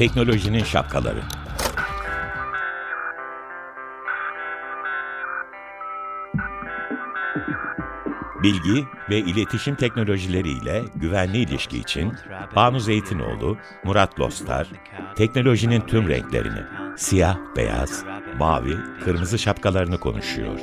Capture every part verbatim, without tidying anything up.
Teknolojinin şapkaları. Bilgi ve iletişim teknolojileriyle güvenli ilişki için Banu Zeytinoğlu, Murat Lostar, teknolojinin tüm renklerini, siyah, beyaz, mavi, kırmızı şapkalarını konuşuyor.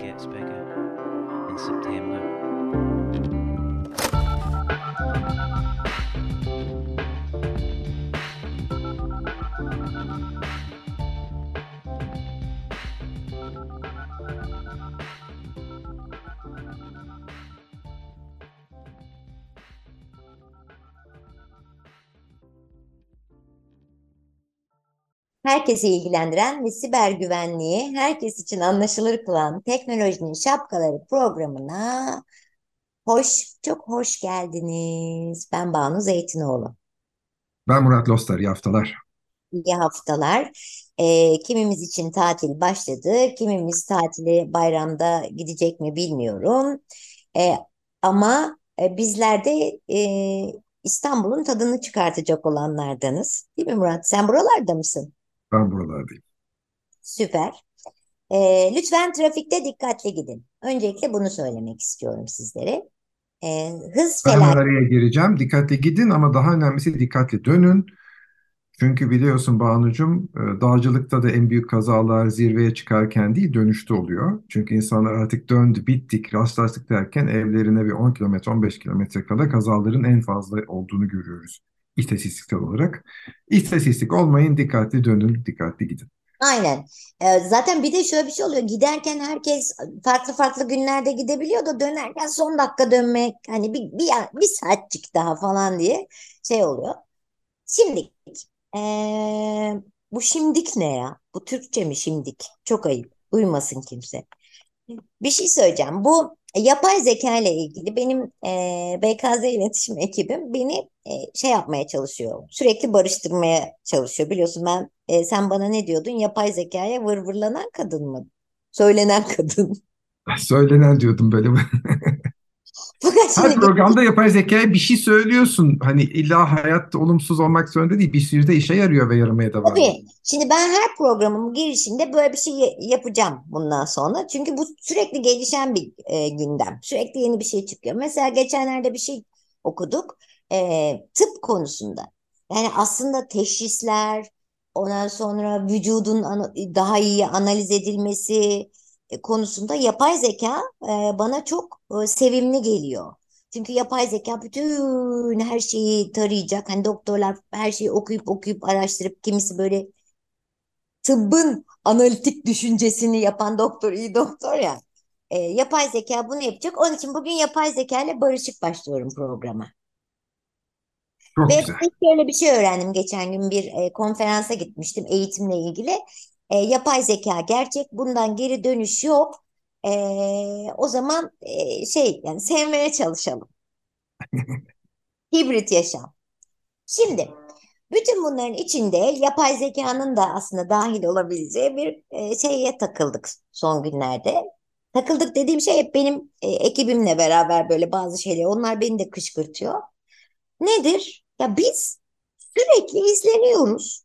Herkesi ilgilendiren ve siber güvenliği herkes için anlaşılır kılan Teknolojinin Şapkaları programına hoş, çok hoş geldiniz. Ben Banu Zeytinoğlu. Ben Murat Lostar, iyi haftalar. İyi haftalar. Ee, kimimiz için tatil başladı, kimimiz tatili bayramda gidecek mi bilmiyorum. Ee, ama e, bizler de e, İstanbul'un tadını çıkartacak olanlardanız. Değil mi Murat? Sen buralarda mısın? Ben buralardayım. Süper. Ee, lütfen trafikte dikkatli gidin. Öncelikle bunu söylemek istiyorum sizlere. Ee, hız Ben hemen felaketi. araya gireceğim. Dikkatli gidin ama daha önemlisi dikkatli dönün. Çünkü biliyorsun Banucuğum, e, dağcılıkta da en büyük kazalar zirveye çıkarken değil dönüşte oluyor. Çünkü insanlar artık döndü, bittik, rastlaştık derken evlerine bir on kilometre, on beş kilometre kala kazaların en fazla olduğunu görüyoruz istatistiksel olarak. İstatistik olmayın, dikkatli dönün, dikkatli gidin. Aynen. Ee, zaten bir de şöyle bir şey oluyor. Giderken herkes farklı farklı günlerde gidebiliyor da dönerken son dakika dönmek hani bir, bir, bir saatçik daha falan diye şey oluyor. Şimdilik. ee, bu şimdik ne ya? Bu Türkçe mi şimdik? Çok ayıp. Duymasın kimse. Bir şey söyleyeceğim. Bu yapay zeka ile ilgili benim e, B K Z iletişim ekibim beni e, şey yapmaya çalışıyor. Sürekli barıştırmaya çalışıyor. Biliyorsun ben e, sen bana ne diyordun? Yapay zekaya vırvırlanan kadın mı? Söylenen kadın. Söylenen diyordum böyle. Fakat Her şimdi programda yapay zekaya bir şey söylüyorsun. Hani illa hayatta olumsuz olmak zorunda değil. Bir sürü de işe yarıyor ve yaramaya devam tabii. ediyor. Şimdi ben her programın girişinde böyle bir şey ye- yapacağım bundan sonra. Çünkü bu sürekli gelişen bir e, gündem. Sürekli yeni bir şey çıkıyor. Mesela geçenlerde bir şey okuduk. E, tıp konusunda. Yani aslında teşhisler, ondan sonra vücudun ana- daha iyi analiz edilmesi e, konusunda yapay zeka e, bana çok e, sevimli geliyor. Çünkü yapay zeka bütün her şeyi tarayacak. Hani doktorlar her şeyi okuyup okuyup araştırıp kimisi böyle tıbbın analitik düşüncesini yapan doktor iyi doktor ya. E, yapay zeka bunu yapacak. Onun için bugün yapay zeka ile barışık başlıyorum programa. Çok Ve güzel. ben şöyle bir şey öğrendim. Geçen gün bir e, konferansa gitmiştim eğitimle ilgili. E, yapay zeka gerçek. Bundan geri dönüş yok. E, o zaman e, şey yani sevmeye çalışalım. Hibrit yaşam. Şimdi bütün bunların içinde yapay zekanın da aslında dahil olabileceği bir e, şeye takıldık son günlerde. Takıldık dediğim şey hep benim e, ekibimle beraber böyle bazı şeyler. Onlar beni de kışkırtıyor. Nedir? Ya biz sürekli izleniyoruz.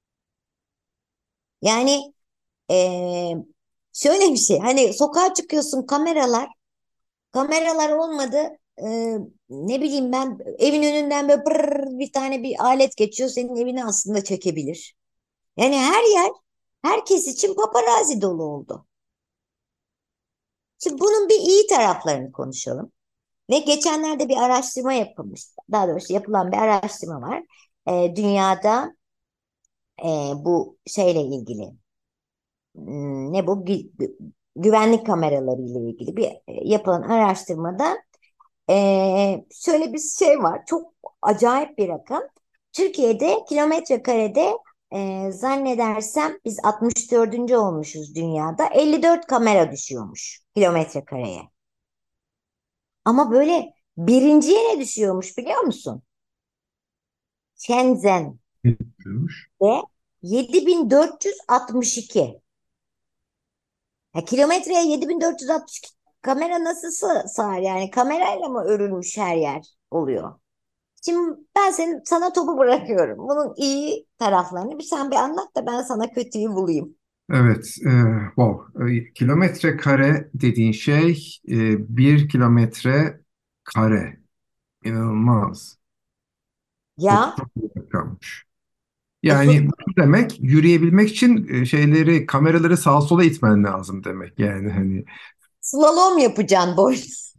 Yani e, şöyle bir şey. Hani sokağa çıkıyorsun kameralar. Kameralar olmadı. e, ne bileyim ben evin önünden böyle pırr bir tane bir alet geçiyor. Senin evini aslında çekebilir. Yani her yer herkes için paparazzi dolu oldu. Şimdi bunun bir iyi taraflarını konuşalım. Ve geçenlerde bir araştırma yapılmış. Daha doğrusu yapılan bir araştırma var. Ee, dünyada e, bu şeyle ilgili hmm, ne bu Gü- gü- güvenlik kameraları ile ilgili bir e, yapılan araştırmada e, şöyle bir şey var. Çok acayip bir rakam. Türkiye'de kilometre karede e, zannedersem biz altmış dördüncü olmuşuz dünyada. elli dört kamera düşüyormuş kilometre kareye. Ama böyle birinciye ne düşüyormuş biliyor musun? Shenzhen'de Ne diyormuş? yedi bin dört yüz altmış iki. Ya kilometreye yedi bin dört yüz altmış iki kamera nasıl sığ- sığar yani kamerayla mı örülmüş her yer oluyor? Şimdi ben senin, sana topu bırakıyorum. Bunun iyi taraflarını bir sen bir anlat da ben sana kötüyü bulayım. Evet, e, wow. E, kilometre kare dediğin şey e, bir kilometre kare. İnanılmaz. Çok Ya çok büyük rakammış. e, so- Yani bu demek yürüyebilmek için e, şeyleri, kameraları sağa sola itmen lazım demek. Yani hani slalom yapacaksın boy.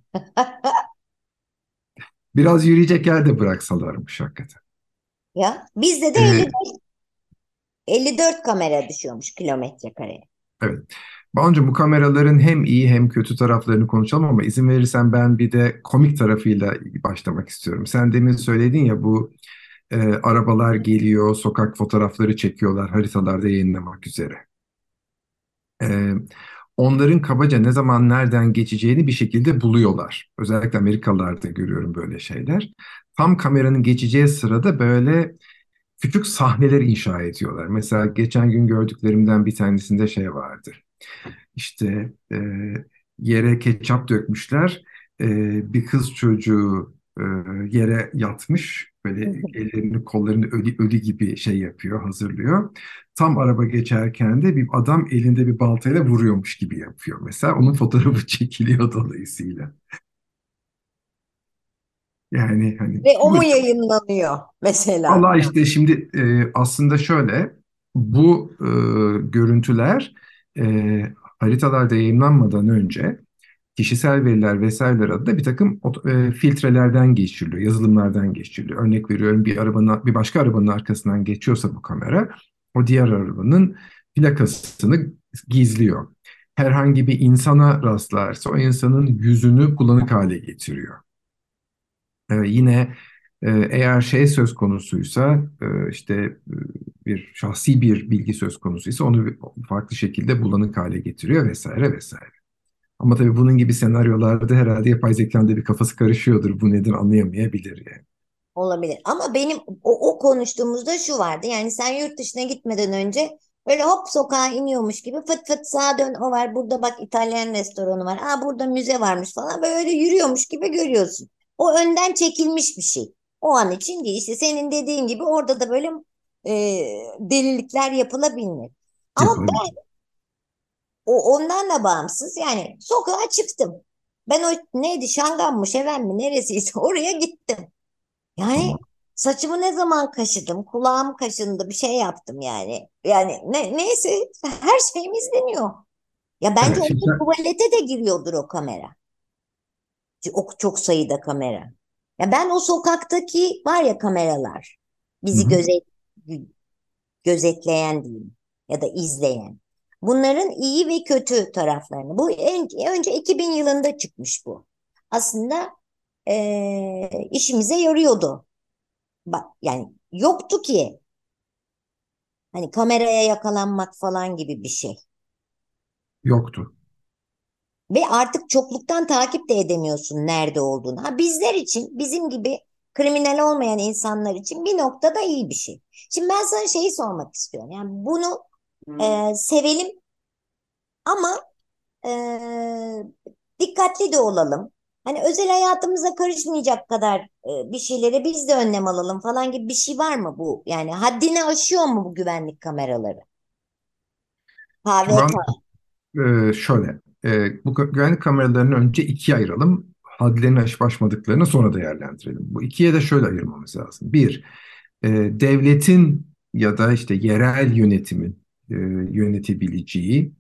biraz yürüyecek yer de bıraksalarmış hakikaten. Ya bizde de elli, E, elli dört kamera düşüyormuş kilometre kareye. evet. Bence bu kameraların hem iyi hem kötü taraflarını konuşalım ama izin verirsen ben bir de komik tarafıyla başlamak istiyorum. Sen demin söyledin ya bu e, arabalar geliyor, sokak fotoğrafları çekiyorlar haritalarda yayınlamak üzere. E, Onların kabaca ne zaman nereden geçeceğini bir şekilde buluyorlar. Özellikle Amerikalılarda görüyorum böyle şeyler. Tam kameranın geçeceği sırada böyle küçük sahneler inşa ediyorlar. Mesela geçen gün gördüklerimden bir tanesinde şey vardı. İşte e, yere ketçap dökmüşler. E, bir kız çocuğu e, yere yatmış. Böyle ellerini kollarını ölü, ölü gibi şey yapıyor, hazırlıyor. Tam araba geçerken de bir adam elinde bir baltayla vuruyormuş gibi yapıyor. Mesela onun fotoğrafı çekiliyor dolayısıyla. Yani hani Ve o bu mu yayınlanıyor mesela? Allah işte şimdi e, aslında şöyle bu e, görüntüler e, haritalarda yayınlanmadan önce kişisel veriler vesaireler adında bir takım e, filtrelerden geçiriliyor, yazılımlardan geçiriliyor. Örnek veriyorum bir arabanın bir başka arabanın arkasından geçiyorsa bu kamera o diğer arabanın plakasını gizliyor. Herhangi bir insana rastlarsa o insanın yüzünü bulanık hale getiriyor. Ee, yine e, eğer şey söz konusuysa e, işte e, bir şahsi bir bilgi söz konusuysa onu bir- farklı şekilde bulanık hale getiriyor vesaire vesaire. Ama tabii bunun gibi senaryolarda herhalde yapay zekanın da bir kafası karışıyordur. Bu nedir anlayamayabilir yani. Olabilir. Ama benim o, o konuştuğumuzda şu vardı. Yani sen yurt dışına gitmeden önce böyle hop sokağa iniyormuş gibi fıt fıt sağa dön o var. Burada bak İtalyan restoranı var. Aa burada müze varmış falan. Böyle yürüyormuş gibi görüyorsun. O önden çekilmiş bir şey. O an için değil. İşte senin dediğin gibi orada da böyle e, delilikler yapılabilir. Ama Yapılabilir. ben o ondan da bağımsız yani sokağa çıktım. Ben o neydi Şangan mı Şeven mi neresiyse oraya gittim. Yani Tamam. saçımı ne zaman kaşıdım, kulağım kaşındı, bir şey yaptım yani. Yani ne, neyse her şeyim izleniyor. Ya bence Evet, o şimdi sen- tuvalete de giriyordur o kamera. O çok sayıda kamera. Ya ben o sokaktaki var ya kameralar Hı bizi hı. gözet, gözetleyen diyeyim ya da izleyen. Bunların iyi ve kötü taraflarını. Bu en, önce iki bin yılında çıkmış bu. Aslında eee, işimize yarıyordu. Bak yani yoktu ki hani kameraya yakalanmak falan gibi bir şey. Yoktu. Ve artık çokluktan takip de edemiyorsun nerede olduğunu. Ha bizler için, bizim gibi kriminal olmayan insanlar için bir noktada iyi bir şey. Şimdi ben sana şeyi sormak istiyorum. Yani bunu e, sevelim ama e, dikkatli de olalım. Hani özel hayatımıza karışmayacak kadar e, bir şeylere biz de önlem alalım falan gibi bir şey var mı bu? Yani haddini aşıyor mu bu güvenlik kameraları? Şimdi ben K V K. e, şöyle e, bu gü- güvenlik kameralarını önce ikiye ayıralım. Hadlerini aşıp aşmadıklarını sonra değerlendirelim. Bu ikiye de şöyle ayırmamız lazım. Bir, e, devletin ya da işte yerel yönetimin e, yönetebileceği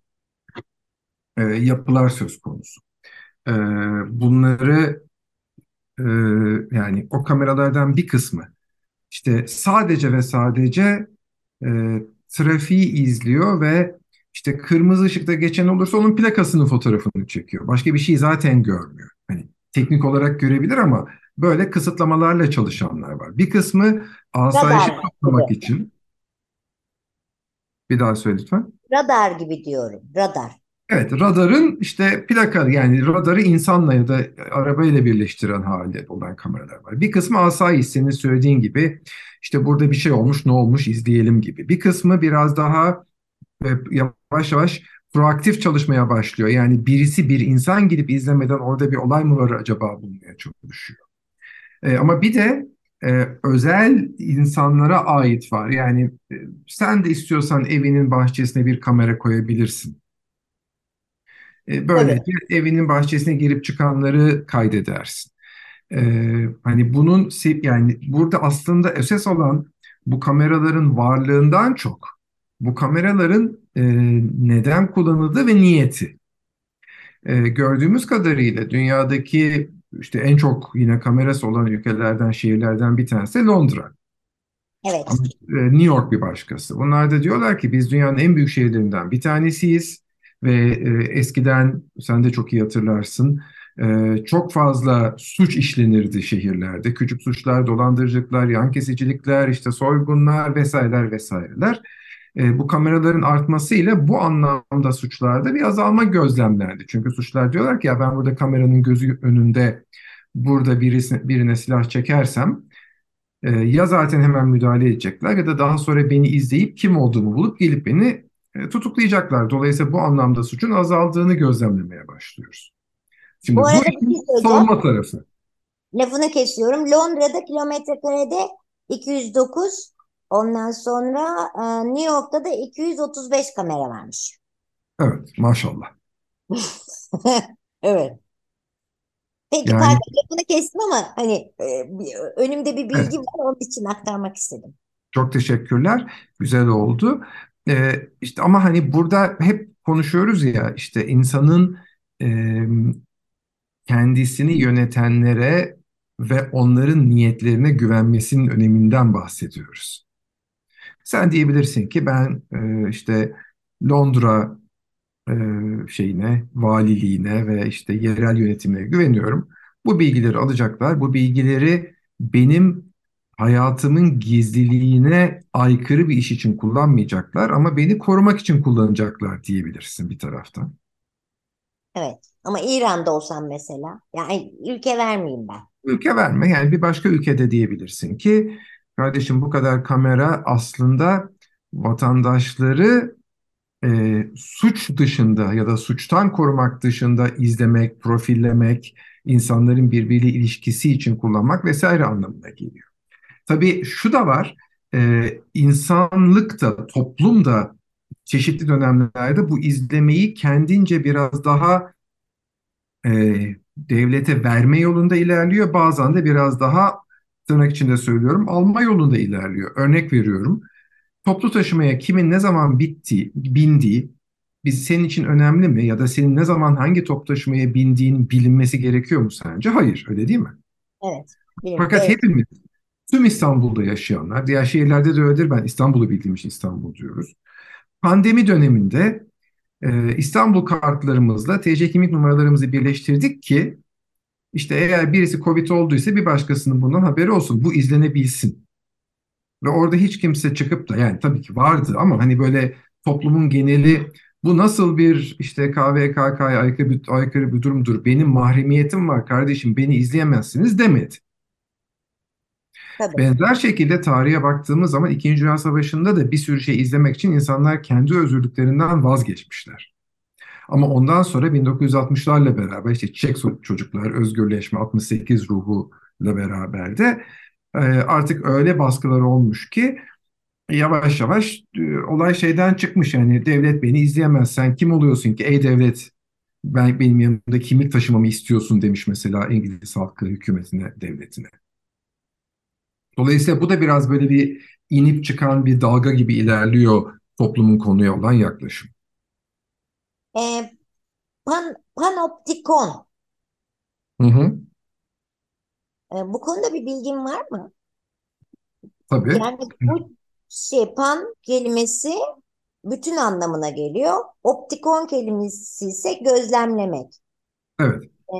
e, yapılar söz konusu. E, bunları e, yani o kameralardan bir kısmı işte sadece ve sadece e, trafiği izliyor ve işte kırmızı ışıkta geçen olursa onun plakasının fotoğrafını çekiyor. Başka bir şey zaten görmüyor. Hani teknik olarak görebilir ama böyle kısıtlamalarla çalışanlar var. Bir kısmı asayişi Radar sağlamak gibi. için, bir daha söyle lütfen. Radar gibi diyorum. Radar. Evet, radarın işte plaka yani radarı insanla ya da arabayla birleştiren halde olan kameralar var. Bir kısmı asayiş senin söylediğin gibi işte burada bir şey olmuş ne olmuş izleyelim gibi. Bir kısmı biraz daha e, yavaş yavaş proaktif çalışmaya başlıyor. Yani birisi bir insan gidip izlemeden orada bir olay mı var acaba bulmaya çalışıyor. E, ama bir de e, özel insanlara ait var. Yani e, sen de istiyorsan evinin bahçesine bir kamera koyabilirsin. E, Tabii. böylece evinin bahçesine girip çıkanları kaydedersin. E, Hani bunun se- yani burada aslında esas olan bu kameraların varlığından çok bu kameraların e, neden kullanıldığı ve niyeti. E, gördüğümüz kadarıyla dünyadaki işte en çok yine kamerası olan ülkelerden, şehirlerden bir tanesi Londra. Evet. Ama, e, New York bir başkası. Bunlar da diyorlar ki biz dünyanın en büyük şehirlerinden bir tanesiyiz ve e, eskiden sen de çok iyi hatırlarsın. e, çok fazla suç işlenirdi şehirlerde. Küçük suçlar, dolandırıcılıklar, yan kesicilikler, işte soygunlar vesaireler vesaireler. E, bu kameraların artmasıyla bu anlamda suçlarda bir azalma gözlemlendi. Çünkü suçlar diyorlar ki ya ben burada kameranın gözü önünde burada birisi, birine silah çekersem e, ya zaten hemen müdahale edecekler ya da daha sonra beni izleyip kim olduğumu bulup gelip beni e, tutuklayacaklar. Dolayısıyla bu anlamda suçun azaldığını gözlemlemeye başlıyoruz. Bu Şimdi bu arada bir şey işin söyleyeceğim. savunma tarafı. Lafını kesiyorum. Londra'da kilometre karede iki yüz dokuz. Ondan sonra e, New York'ta da iki yüz otuz beş kamera varmış. Evet, maşallah. Evet. Peki pardon Yani lafını kestim ama hani e, bir- önümde bir bilgi evet, var onun için aktarmak istedim. çok teşekkürler. Güzel oldu. E, işte ama hani burada hep konuşuyoruz ya işte insanın e, kendisini yönetenlere ve onların niyetlerine güvenmesinin öneminden bahsediyoruz. Sen diyebilirsin ki ben e, işte Londra e, şeyine, valiliğine ve işte yerel yönetimine güveniyorum. Bu bilgileri alacaklar. Bu bilgileri benim hayatımın gizliliğine aykırı bir iş için kullanmayacaklar ama beni korumak için kullanacaklar diyebilirsin bir taraftan. Evet. Ama İran'da olsam mesela yani ülke vermeyeyim ben. Ülke verme yani bir başka ülkede diyebilirsin ki kardeşim bu kadar kamera aslında vatandaşları e, suç dışında ya da suçtan korumak dışında izlemek, profillemek, insanların birbiriyle ilişkisi için kullanmak vesaire anlamına geliyor. Tabii şu da var, e, insanlık da toplum da çeşitli dönemlerde bu izlemeyi kendince biraz daha e, devlete verme yolunda ilerliyor. Bazen de biraz daha tırnak içinde söylüyorum alma yolunda ilerliyor. Örnek veriyorum. Toplu taşımaya kimin ne zaman bittiği, bindiği biz senin için önemli mi? Ya da senin ne zaman hangi toplu taşımaya bindiğin bilinmesi gerekiyor mu sence? Hayır, öyle değil mi? Evet. Benim, Fakat evet. hepimiz, tüm İstanbul'da yaşayanlar, diğer şehirlerde de öyledir. Ben İstanbul'u bildiğim için İstanbul diyoruz. Pandemi döneminde e, İstanbul kartlarımızla T C kimlik numaralarımızı birleştirdik ki işte eğer birisi Covid olduysa bir başkasının bundan haberi olsun. Bu izlenebilsin. Ve orada hiç kimse çıkıp da yani tabii ki vardı ama hani böyle toplumun geneli bu nasıl bir işte K V K K'ya aykırı bir, aykırı bir durumdur. Benim mahremiyetim var kardeşim beni izleyemezsiniz demedi. Tabii. Benzer şekilde tarihe baktığımız zaman İkinci Dünya Savaşı'nda da bir sürü şey izlemek için insanlar kendi özgürlüklerinden vazgeçmişler. Ama ondan sonra bin dokuz yüz altmışlarla beraber işte Çiçek Çocuklar, Özgürleşme, altmış sekiz ruhuyla beraber de e, artık öyle baskılar olmuş ki yavaş yavaş e, olay şeyden çıkmış yani devlet beni izleyemez. Sen kim oluyorsun ki ey devlet ben benim yanımda kimlik taşımamı istiyorsun demiş mesela İngiliz halkı hükümetine, devletine. Dolayısıyla bu da biraz böyle bir inip çıkan bir dalga gibi ilerliyor toplumun konuya olan yaklaşım. E, pan, panoptikon. Hı hı, E, bu konuda bir bilgin var mı? tabii. Yani bu şey pan kelimesi bütün anlamına geliyor. Optikon kelimesi ise gözlemlemek. Evet. E,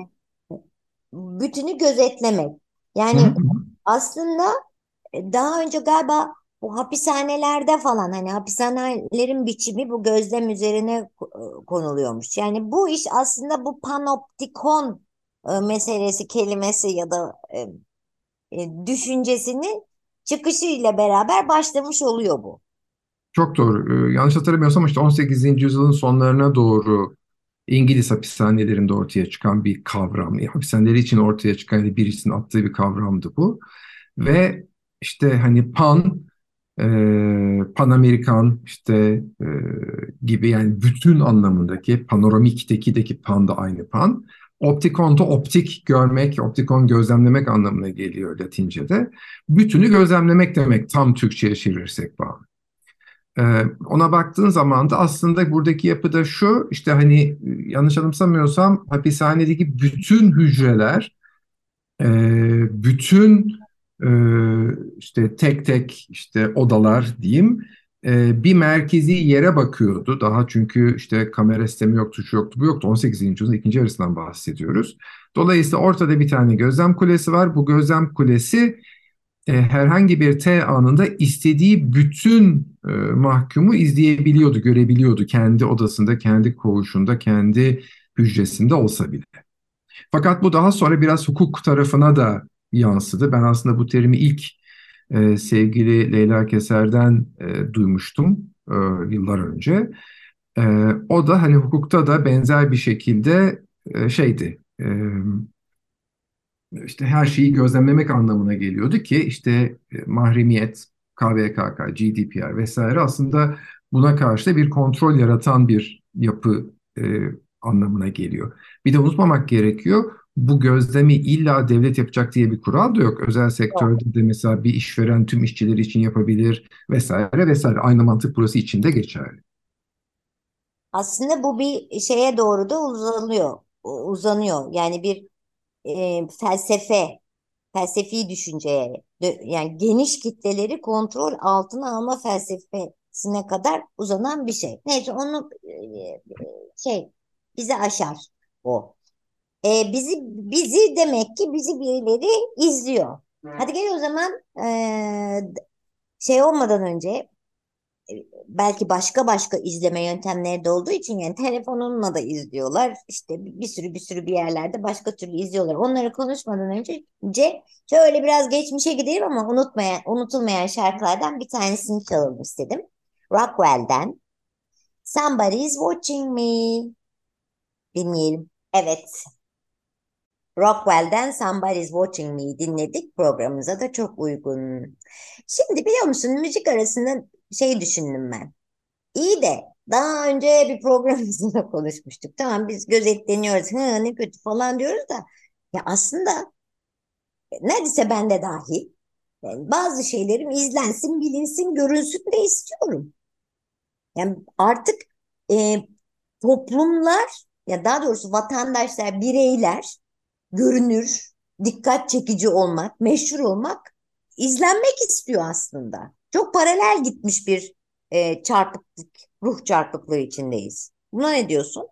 bütünü gözetlemek. Hı hı, Yani aslında e, daha önce galiba bu hapishanelerde falan hani hapishanelerin biçimi bu gözlem üzerine ko- e, konuluyormuş. Yani bu iş aslında bu panoptikon e, meselesi kelimesi ya da e, e, düşüncesinin çıkışıyla beraber başlamış oluyor bu. çok doğru. Ee, yanlış hatırlamıyorsam işte on sekizinci yüzyılın sonlarına doğru İngiliz hapishanelerinde ortaya çıkan bir kavram. Yani hapishaneleri için ortaya çıkan yani birisinin attığı bir kavramdı bu. Ve işte hani pan, e, Pan-Amerikan işte e, gibi yani bütün anlamındaki panoramik'teki pan da aynı pan. Optikon da optik görmek, optikon gözlemlemek anlamına geliyor Latince'de. Bütünü gözlemlemek demek tam Türkçe'ye çevirirsek bağlı. Ee, ona baktığın zaman da aslında buradaki yapıda şu işte hani yanlış anımsamıyorsam hapishanedeki bütün hücreler e, bütün e, işte tek tek işte odalar diyeyim e, bir merkezi yere bakıyordu. Daha çünkü işte kamera sistemi yoktu, şu yoktu, bu yoktu. on sekizinci yüzyılın ikinci yarısından bahsediyoruz. Dolayısıyla ortada bir tane gözlem kulesi var. Bu gözlem kulesi e, herhangi bir T anında istediği bütün e, mahkumu izleyebiliyordu, görebiliyordu. Kendi odasında, kendi koğuşunda, kendi hücresinde olsa bile. Fakat bu daha sonra biraz hukuk tarafına da yansıdı. Ben aslında bu terimi ilk e, sevgili Leyla Keser'den e, duymuştum e, yıllar önce. E, O da hani hukukta da benzer bir şekilde e, şeydi. E, işte her şeyi gözlemlemek anlamına geliyordu ki işte e, mahremiyet, K V K K, G D P R vesaire aslında buna karşı da bir kontrol yaratan bir yapı e, anlamına geliyor. Bir de unutmamak gerekiyor. Bu gözlemi illa devlet yapacak diye bir kural da yok. Özel sektörde de mesela bir işveren tüm işçileri için yapabilir vesaire vesaire. Aynı mantık burası için de geçerli. Aslında bu bir şeye doğru da uzanıyor. Uzanıyor. Yani bir e, felsefe, felsefi düşünceye, dö- yani geniş kitleleri kontrol altına alma felsefesine kadar uzanan bir şey. Neyse onu e, şey bizi aşar o. E, bizi bizi demek ki bizi birileri izliyor. Hadi gel o zaman e, şey olmadan önce e, belki başka başka izleme yöntemleri de olduğu için yani telefonunla da izliyorlar. İşte bir bir sürü bir sürü bir yerlerde başka türlü izliyorlar. Onları konuşmadan önce ce- şöyle biraz geçmişe gidelim ama unutmayan, unutulmayan şarkılardan bir tanesini çalalım istedim. Rockwell'den Somebody's Watching Me dinleyelim. Evet, Rockwell'den Somebody's Watching Me dinledik. Programımıza da çok uygun. Şimdi biliyor musun müzik arasında şey düşündüm ben. İyi de daha önce bir programımızda da konuşmuştuk. Tamam biz gözetleniyoruz. Hı, ne kötü falan diyoruz da. Ya aslında neredeyse ben de dahil. Yani bazı şeylerim izlensin, bilinsin, görünsün de istiyorum. Yani artık e, toplumlar ya daha doğrusu vatandaşlar, bireyler görünür, dikkat çekici olmak, meşhur olmak izlenmek istiyor aslında. Çok paralel gitmiş bir e, çarpıklık, ruh çarpıklığı içindeyiz. Buna ne diyorsun?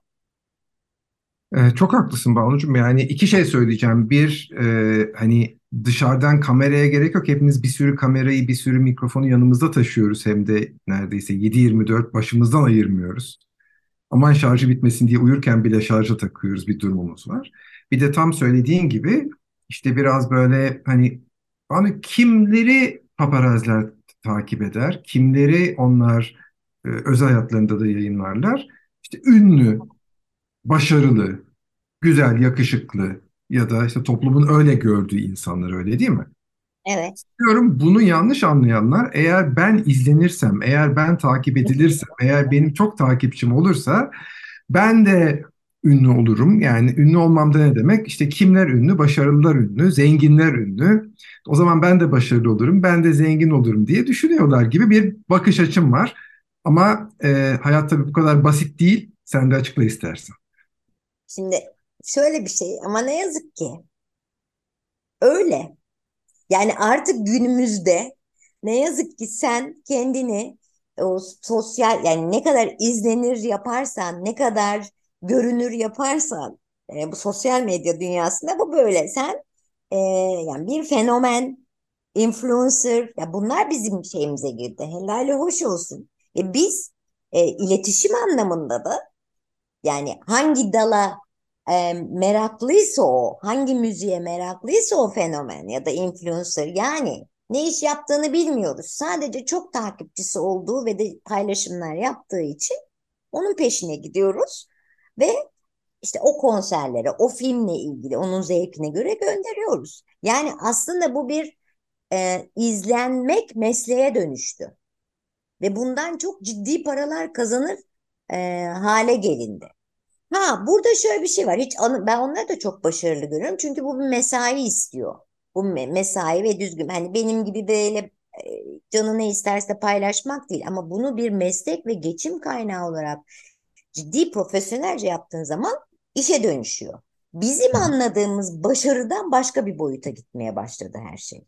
Ee, çok haklısın Banucuğum. Yani iki şey söyleyeceğim. Bir, e, hani dışarıdan kameraya gerek yok. Hepimiz bir sürü kamerayı, bir sürü mikrofonu yanımızda taşıyoruz. Hem de neredeyse yedi yirmi dört başımızdan ayırmıyoruz. Aman şarjı bitmesin diye uyurken bile şarja takıyoruz bir durumumuz var. Bir de tam söylediğin gibi işte biraz böyle hani hani kimleri paparaziler takip eder, kimleri onlar e, özel hayatlarında da yayınlarlar. İşte ünlü, başarılı, güzel, yakışıklı ya da işte toplumun öyle gördüğü insanlar öyle değil mi? Evet. Diyorum bunu yanlış anlayanlar eğer ben izlenirsem, eğer ben takip edilirsem, eğer benim çok takipçim olursa ben de ünlü olurum. Yani ünlü olmam da ne demek? İşte kimler ünlü? Başarılılar ünlü, zenginler ünlü. O zaman ben de başarılı olurum, ben de zengin olurum diye düşünüyorlar gibi bir bakış açım var. Ama e, hayat tabii bu kadar basit değil. Sen de açıkla istersen. Şimdi şöyle bir şey ama ne yazık ki öyle. Yani artık günümüzde ne yazık ki sen kendini o sosyal yani ne kadar izlenir yaparsan, ne kadar görünür yaparsan e, bu sosyal medya dünyasında bu böyle. Sen e, yani bir fenomen, influencer ya bunlar bizim şeyimize girdi. Helali hoş olsun. E, biz e, iletişim anlamında da yani hangi dala e, meraklıysa o, hangi müziğe meraklıysa o fenomen ya da influencer yani ne iş yaptığını bilmiyoruz. Sadece çok takipçisi olduğu ve de paylaşımlar yaptığı için onun peşine gidiyoruz ve işte o konserlere, o filmle ilgili onun zevkine göre gönderiyoruz. Yani aslında bu bir e, izlenmek mesleğe dönüştü. Ve bundan çok ciddi paralar kazanır e, hale gelindi. Ha, burada şöyle bir şey var. Hiç anı- ben onları da çok başarılı görüyorum. Çünkü bu bir mesai istiyor. Bu me- mesai ve düzgün. Hani benim gibi böyle e, canı ne isterse paylaşmak değil. Ama bunu bir meslek ve geçim kaynağı olarak ciddi profesyonelce yaptığın zaman işe dönüşüyor. Bizim anladığımız başarıdan başka bir boyuta gitmeye başladı her şey.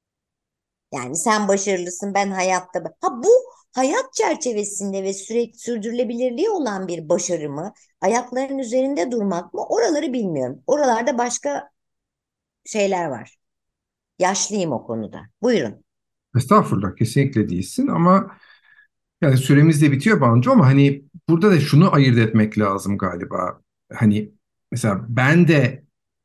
Yani sen başarılısın, ben hayatta. Ha, bu hayat çerçevesinde ve sürekli sürdürülebilirliği olan bir başarı mı? Ayaklarının üzerinde durmak mı? Oraları bilmiyorum. Oralarda başka şeyler var. Yaşlıyım o konuda. Buyurun. Estağfurullah, kesinlikle değilsin ama yani süremiz de bitiyor bence, ama hani burada da şunu ayırt etmek lazım galiba. Hani mesela ben de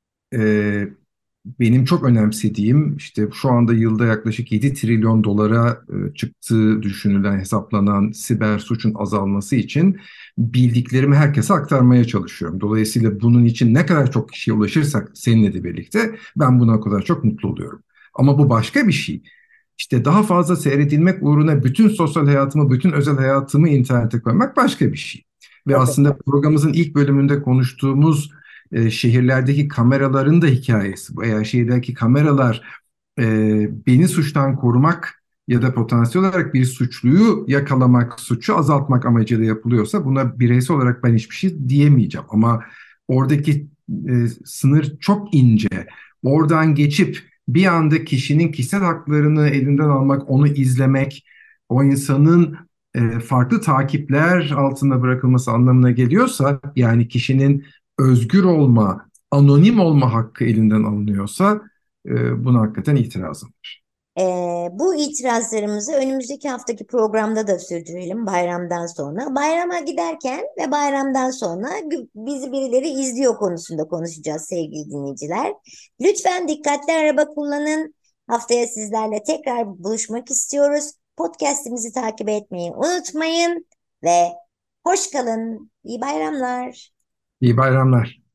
e, benim çok önemsediğim, işte şu anda yılda yaklaşık yedi trilyon dolara e, çıktığı düşünülen, hesaplanan siber suçun azalması için bildiklerimi herkese aktarmaya çalışıyorum. Dolayısıyla bunun için ne kadar çok kişiye ulaşırsak seninle de birlikte ben buna o kadar çok mutlu oluyorum. Ama bu başka bir şey. İşte daha fazla seyredilmek uğruna bütün sosyal hayatımı, bütün özel hayatımı internete koymak başka bir şey. Ve Çok aslında önemli. programımızın ilk bölümünde konuştuğumuz e, şehirlerdeki kameraların da hikayesi bu. Eğer şehirdeki kameralar e, beni suçtan korumak ya da potansiyel olarak bir suçluyu yakalamak, suçu azaltmak amacıyla yapılıyorsa buna bireysel olarak ben hiçbir şey diyemeyeceğim. Ama oradaki e, sınır çok ince. Oradan geçip bir anda kişinin kişisel haklarını elinden almak, onu izlemek, o insanın e, farklı takipler altında bırakılması anlamına geliyorsa, yani kişinin özgür olma, anonim olma hakkı elinden alınıyorsa e, buna hakikaten itirazım var. Ee, bu itirazlarımızı önümüzdeki haftaki programda da sürdürelim bayramdan sonra. Bayrama giderken ve bayramdan sonra gü- bizi birileri izliyor konusunda konuşacağız sevgili dinleyiciler. Lütfen dikkatli araba kullanın. Haftaya sizlerle tekrar buluşmak istiyoruz. Podcast'imizi takip etmeyi unutmayın ve hoş kalın. İyi bayramlar. İyi bayramlar.